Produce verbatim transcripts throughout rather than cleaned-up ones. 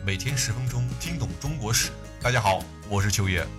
每天十分钟听懂中国史。大家好，我是秋叶。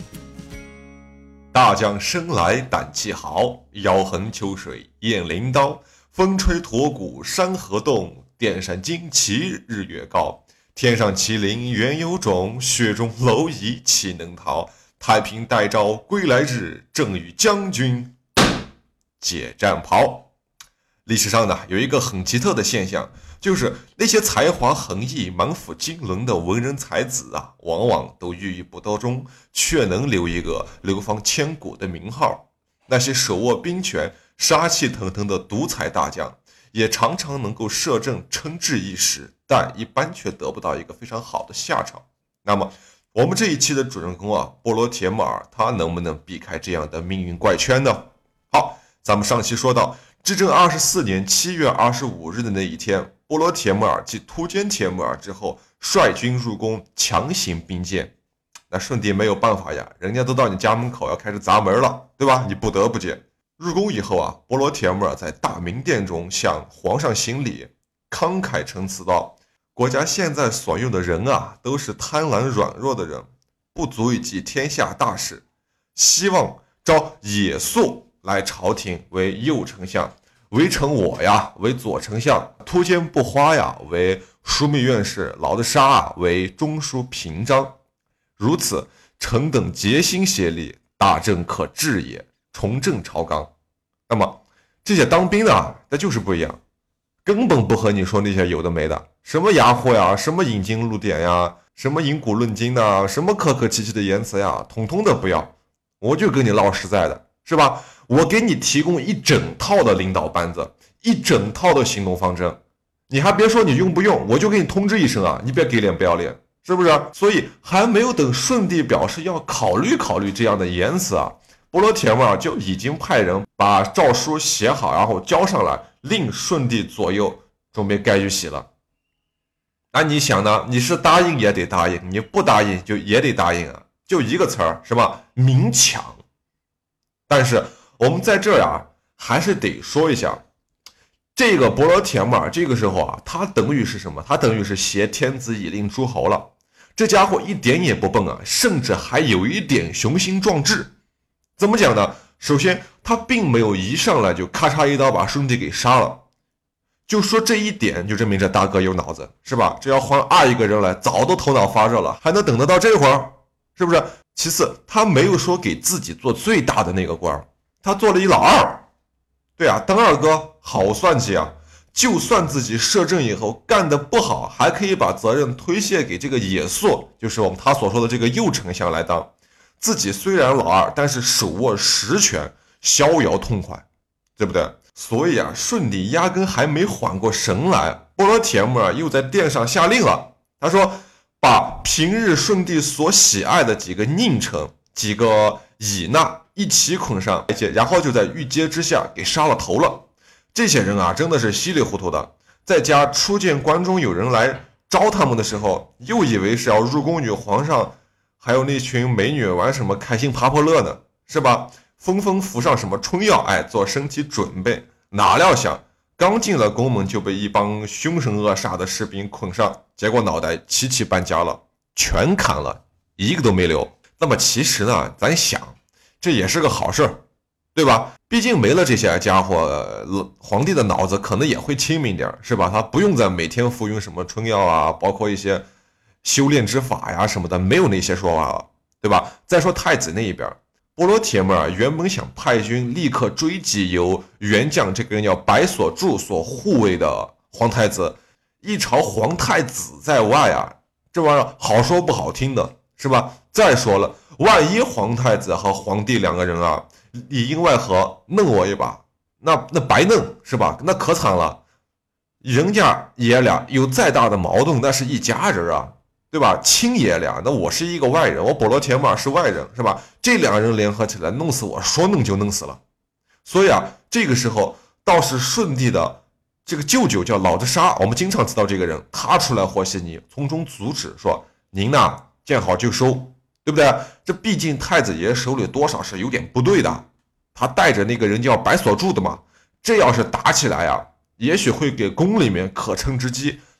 大将生来胆气豪，腰横秋水雁翎刀。风吹驼骨山河动，电闪旌旗日月高。天上麒麟原有种，雪中蝼蚁岂能逃？太平待诏归来日，正与将军解战袍。历史上呢，有一个很奇特的现象，就是那些才华横溢、满腹经纶的文人才子啊，往往都郁郁不得终，却能留一个流芳千古的名号。那些手握兵权、杀气腾腾的独裁大将，也常常能够摄政称治一时，但一般却得不到一个非常好的下场。那么我们这一期的主人公啊，波罗铁木儿，他能不能避开这样的命运怪圈呢？好，咱们上期说到至正二十四年七月二十五日的那一天，波罗铁木儿继突厥铁木儿之后，率军入宫强行兵谏。那顺帝没有办法呀，人家都到你家门口要开始砸门了，对吧？你不得不谏。入宫以后啊，波罗铁木儿在大明殿中向皇上行礼，慷慨陈词道：国家现在所用的人啊，都是贪婪软弱的人，不足以济天下大事，希望招野宿来朝廷为右丞相，微臣我呀为左丞相，突坚不花呀为枢密院事，老的沙啊为中书平章。如此，臣等竭心协力，大政可治也，重振朝纲。那么这些当兵的啊，那就是不一样，根本不和你说那些有的没的，什么雅货呀，什么引经入典呀，什么引古论今呐，什么客客气气的言辞呀，统统的不要。我就跟你唠实在的，是吧？我给你提供一整套的领导班子，一整套的行动方针，你还别说你用不用，我就给你通知一声啊，你别给脸不要脸，是不是？所以还没有等顺帝表示要考虑考虑这样的言辞啊，波罗铁木儿就已经派人把诏书写好，然后交上来，令顺帝左右准备盖玉玺了。那你想呢？你是答应也得答应，你不答应就也得答应啊，就一个词儿，是吧？明抢。但是我们在这儿啊，还是得说一下，这个波罗铁木儿这个时候啊，他等于是什么？他等于是挟天子以令诸侯了。这家伙一点也不笨啊，甚至还有一点雄心壮志。怎么讲呢？首先，他并没有一上来就咔嚓一刀把顺帝给杀了，就说这一点就证明这大哥有脑子，是吧？这要换二一个人来，早都头脑发热了，还能等得到这会儿，是不是？其次，他没有说给自己做最大的那个官，他做了一老二。对啊，当二哥好算计啊！就算自己摄政以后干得不好，还可以把责任推卸给这个野宿，就是我们他所说的这个右丞相来当。自己虽然老二，但是手握实权，逍遥痛快，对不对？所以啊，顺帝压根还没缓过神来，波罗铁木儿又在殿上下令了。他说，把平日顺帝所喜爱的几个佞臣、几个乙纳一起捆上，然后就在御阶之下给杀了头了。这些人啊，真的是稀里糊涂的，在家初见关中有人来招他们的时候，又以为是要入宫与皇上还有那群美女玩什么开心爬坡乐呢，是吧？纷纷服上什么春药，哎，做身体准备。哪料想刚进了宫门就被一帮凶神恶煞的士兵捆上，结果脑袋七七搬家了，全砍了，一个都没留。那么其实呢，咱想这也是个好事，对吧？毕竟没了这些家伙，皇帝的脑子可能也会清明点，是吧？他不用再每天服用什么春药啊，包括一些修炼之法呀什么的，没有那些说法了，对吧？再说太子那一边，波罗铁木儿原本想派军立刻追击由元将这个人叫白所柱所护卫的皇太子，一朝皇太子在外啊，这玩意儿好说不好听的，是吧？再说了，万一皇太子和皇帝两个人啊里应外合弄我一把，那那白弄，是吧？那可惨了。人家爷俩有再大的矛盾，那是一家人啊，对吧？亲爷俩，那我是一个外人，我波罗铁木儿是外人，是吧？这两人联合起来弄死我，说弄就弄死了。所以啊，这个时候倒是顺帝的这个舅舅叫老子沙，我们经常知道这个人，他出来和稀泥，从中阻止，说您呐见好就收，对不对？这毕竟太子爷手里多少是有点不对的，他带着那个人叫白所柱的嘛，这要是打起来啊，也许会给宫里面可乘之机，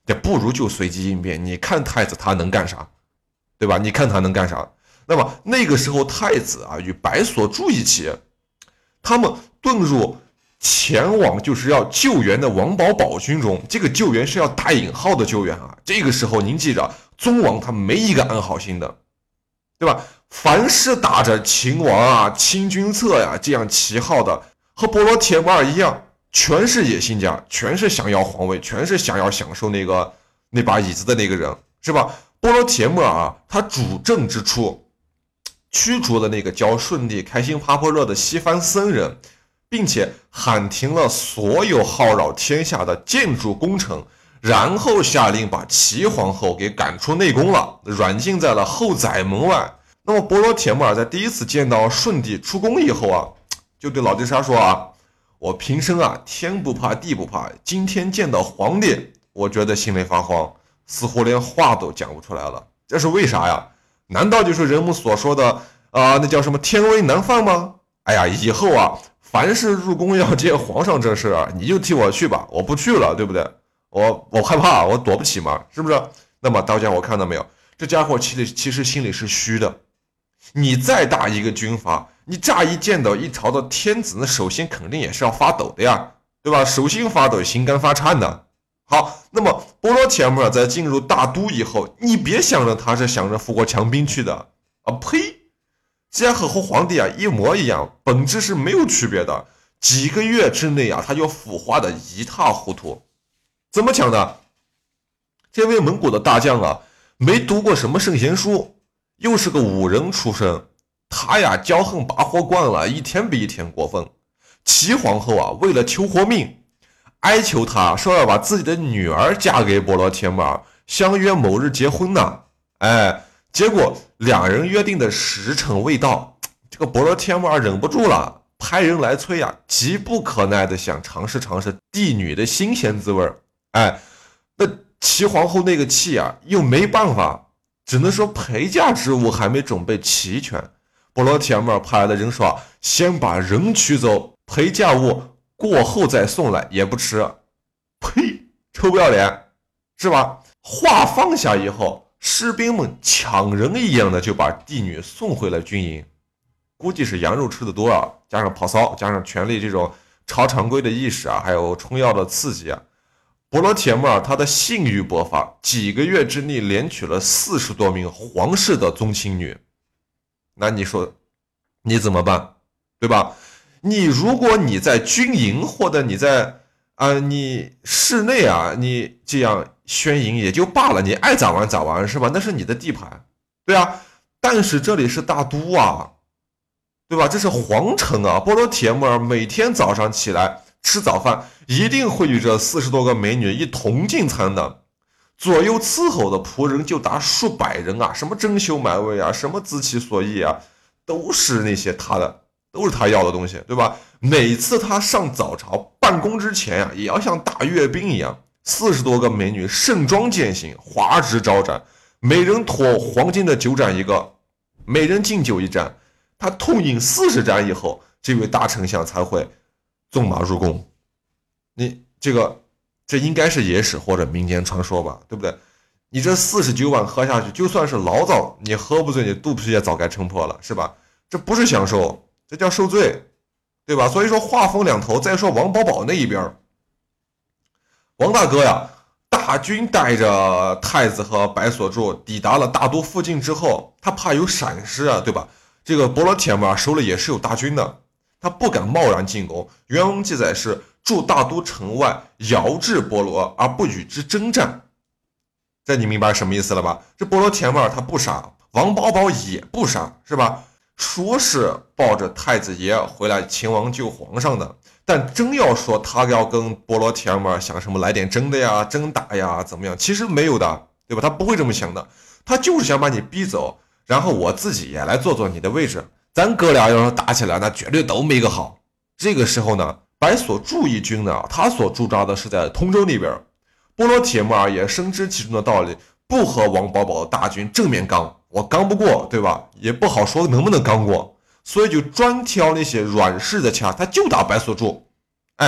也不如就随机应变。你看太子他能干啥，对吧？你看他能干啥？那么那个时候太子啊与白所柱一起，他们遁入前往就是要救援的王保保军中，这个救援是要打引号的救援啊。这个时候您记着，宗王他没一个安好心的，对吧？凡是打着秦王啊、清君侧呀这样旗号的，和波罗铁木儿一样，全是野心家，全是想要皇位，全是想要享受那个那把椅子的那个人，是吧？波罗铁木儿啊，他主政之初，驱逐了那个叫舜帝开心帕波热的西番僧人，并且喊停了所有号扰天下的建筑工程，然后下令把齐皇后给赶出内宫了，软禁在了后宰门外。那么波罗铁木儿在第一次见到舜帝出宫以后啊，就对老弟沙说啊，我平生啊天不怕地不怕，今天见到皇帝，我觉得心里发慌，似乎连话都讲不出来了。这是为啥呀？难道就是人们所说的啊、呃，那叫什么天威难犯吗？哎呀，以后啊，凡是入宫要见皇上这事啊，你就替我去吧，我不去了，对不对？我我害怕，我躲不起嘛，是不是？那么大家伙看到没有？这家伙其实其实心里是虚的。你再大一个军阀，你乍一见到一朝的天子，那首先肯定也是要发抖的呀，对吧？手心发抖，心肝发颤的。好，那么波罗铁木儿在进入大都以后，你别想着他是想着富国强兵去的啊！呸！既然和皇帝啊一模一样，本质是没有区别的。几个月之内啊，他就腐化的一塌糊涂。怎么讲呢？这位蒙古的大将啊，没读过什么圣贤书，又是个武人出身，他呀骄横跋扈惯了，一天比一天过分。齐皇后啊，为了求活命，哀求他说要把自己的女儿嫁给波罗铁木儿，相约某日结婚呢。哎，结果两人约定的时辰未到，这个波罗铁木儿忍不住了，派人来催啊，急不可耐的想尝试尝试帝女的新鲜滋味。哎，那齐皇后那个气啊，又没办法，只能说陪嫁之物还没准备齐全。波罗铁木儿派来的人说，先把人取走，陪嫁物过后再送来也不迟。呸，臭不要脸，是吧？话放下以后，士兵们抢人一样的就把帝女送回了军营。估计是羊肉吃的多啊，加上跑骚，加上权力这种超常规的意识啊，还有冲药的刺激啊，波罗铁木儿他的性欲勃发，几个月之内连娶了四十多名皇室的宗亲女。那你说你怎么办，对吧？你如果你在军营或者你在啊、呃、你室内啊，你这样宣淫也就罢了，你爱咋玩咋玩是吧？那是你的地盘，对啊。但是这里是大都啊，对吧？这是皇城啊。波罗铁木儿每天早上起来吃早饭，一定会与这四十多个美女一同进餐的。左右伺候的仆人就达数百人啊，什么珍馐满位啊，什么资其所议啊，都是那些他的，都是他要的东西，对吧？每次他上早朝办公之前啊，也要像大阅兵一样，四十多个美女盛装践行，花枝招展，每人托黄金的酒盏一个，每人敬酒一盏。他痛饮四十盏以后，这位大丞相才会纵马入宫。你这个。这应该是野史或者民间传说吧，对不对？你这四十九碗喝下去，就算是醪糟，你喝不醉，你肚皮也早该撑破了，是吧？这不是享受，这叫受罪，对吧？所以说话锋两头。再说王保保那一边，王大哥呀，大军带着太子和白所柱抵达了大都附近之后，他怕有闪失啊，对吧？这个波罗铁木儿手里也是有大军的，他不敢贸然进攻。原文记载是驻大都城外，遥制波罗而不与之征战。这你明白什么意思了吧？这波罗铁木儿他不杀，王保保也不杀，是吧？说是抱着太子爷回来秦王救皇上的，但真要说他要跟波罗铁木儿想什么来点真的呀、真打呀怎么样，其实没有的，对吧？他不会这么想的，他就是想把你逼走，然后我自己也来坐坐你的位置。咱哥俩要是打起来，那绝对都没个好。这个时候呢，白所柱一军呢，他所驻扎的是在通州那边。波罗铁木儿也深知其中的道理，不和王保保的大军正面刚，我刚不过，对吧？也不好说能不能刚过，所以就专挑那些软式的枪，他就打白所柱。哎，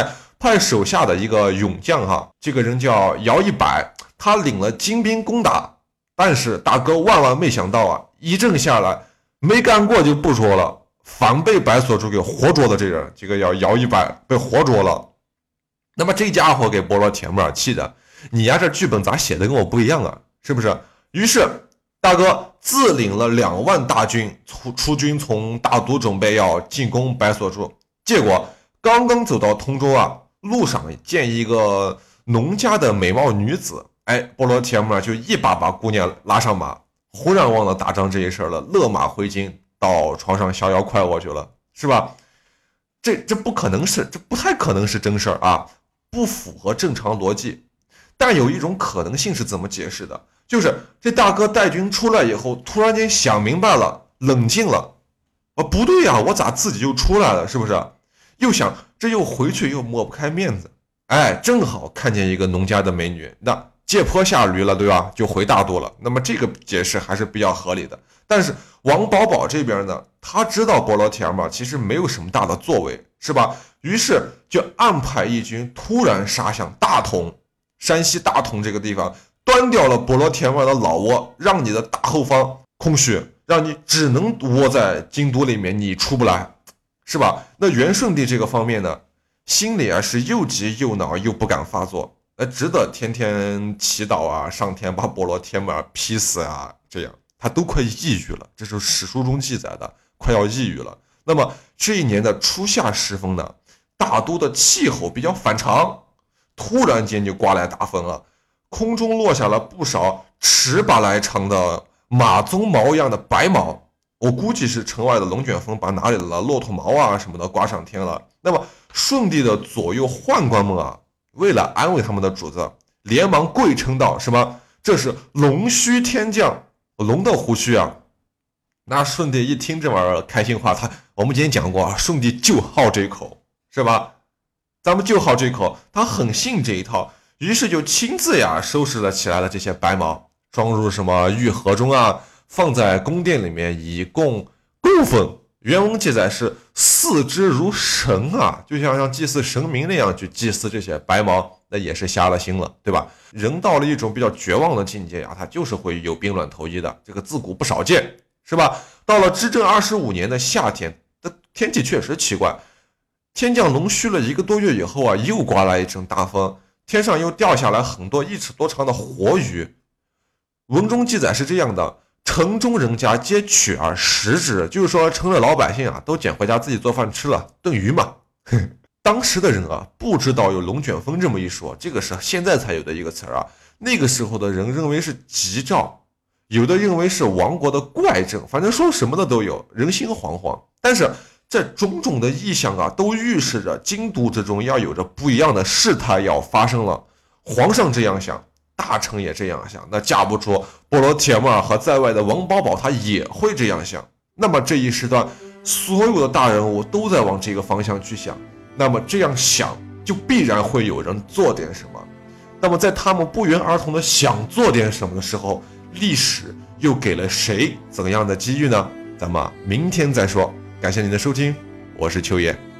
派手下的一个勇将哈，这个人叫姚一百，他领了精兵攻打，但是大哥万万没想到啊，一阵下来没干过就不说了，反被白所柱给活捉的这人，这个叫姚一百被活捉了。那么这家伙给波罗铁木儿气的，你呀这剧本咋写的跟我不一样啊，是不是？于是大哥自领了两万大军出出军从大都准备要进攻白所柱，结果刚刚走到通州啊，路上见一个农家的美貌女子，哎，波罗铁木儿就一把把姑娘拉上马，忽然忘了打仗这一事了，勒马回京，到床上逍遥快活去了，是吧？这这不可能是，这不太可能是真事儿啊，不符合正常逻辑。但有一种可能性是怎么解释的？就是这大哥带军出来以后，突然间想明白了，冷静了，啊，不对呀，我咋自己又出来了？是不是？又想这又回去又抹不开面子，哎，正好看见一个农家的美女，那借坡下驴了，对吧？就回大都了。那么这个解释还是比较合理的。但是王保保这边呢，他知道波罗铁木儿其实没有什么大的作为，是吧？于是就安排义军突然杀向大同，山西大同这个地方，端掉了波罗铁木儿的老窝，让你的大后方空虚，让你只能窝在京都里面，你出不来，是吧？那元顺帝这个方面呢，心里啊是又急又恼又不敢发作，那只得天天祈祷啊，上天把波罗铁木儿劈死啊，这样他都快抑郁了，这是史书中记载的，快要抑郁了。那么这一年的初夏时分呢，大都的气候比较反常，突然间就刮来大风了，空中落下了不少尺把来长的马鬃毛一样的白毛，我估计是城外的龙卷风把哪里的骆驼毛啊什么的刮上天了。那么顺帝的左右宦官们啊，为了安慰他们的主子，连忙跪称道什么这是龙须天降，龙的胡须啊。那顺帝一听这玩意儿开心话，他我们今天讲过啊，顺帝就好这口，是吧？咱们就好这口，他很信这一套，于是就亲自呀收拾了起来了这些白毛，装入什么玉盒中啊，放在宫殿里面以供供奉。原文记载是祀之如神啊，就像像祭祀神明那样去祭祀这些白毛，那也是瞎了心了，对吧？人到了一种比较绝望的境界啊，他就是会有病乱投医的，这个自古不少见，是吧？到了至正二十五年的夏天，的天气确实奇怪，天降龙须了一个多月以后啊，又刮来一阵大风，天上又掉下来很多一尺多长的活鱼。文中记载是这样的，城中人家皆取而食之，就是说城里老百姓啊都捡回家自己做饭吃了，炖鱼嘛。当时的人啊不知道有龙卷风这么一说，这个是现在才有的一个词啊。那个时候的人认为是吉兆，有的认为是亡国的怪症，反正说什么的都有，人心惶惶。但是这种种的意象啊，都预示着京都之中要有着不一样的事态要发生了。皇上这样想，大臣也这样想，那架不住波罗铁木儿和在外的王保保他也会这样想。那么这一时段，所有的大人物都在往这个方向去想，那么这样想就必然会有人做点什么。那么在他们不约而同的想做点什么的时候，历史又给了谁怎样的机遇呢？咱们明天再说。感谢您的收听，我是秋叶。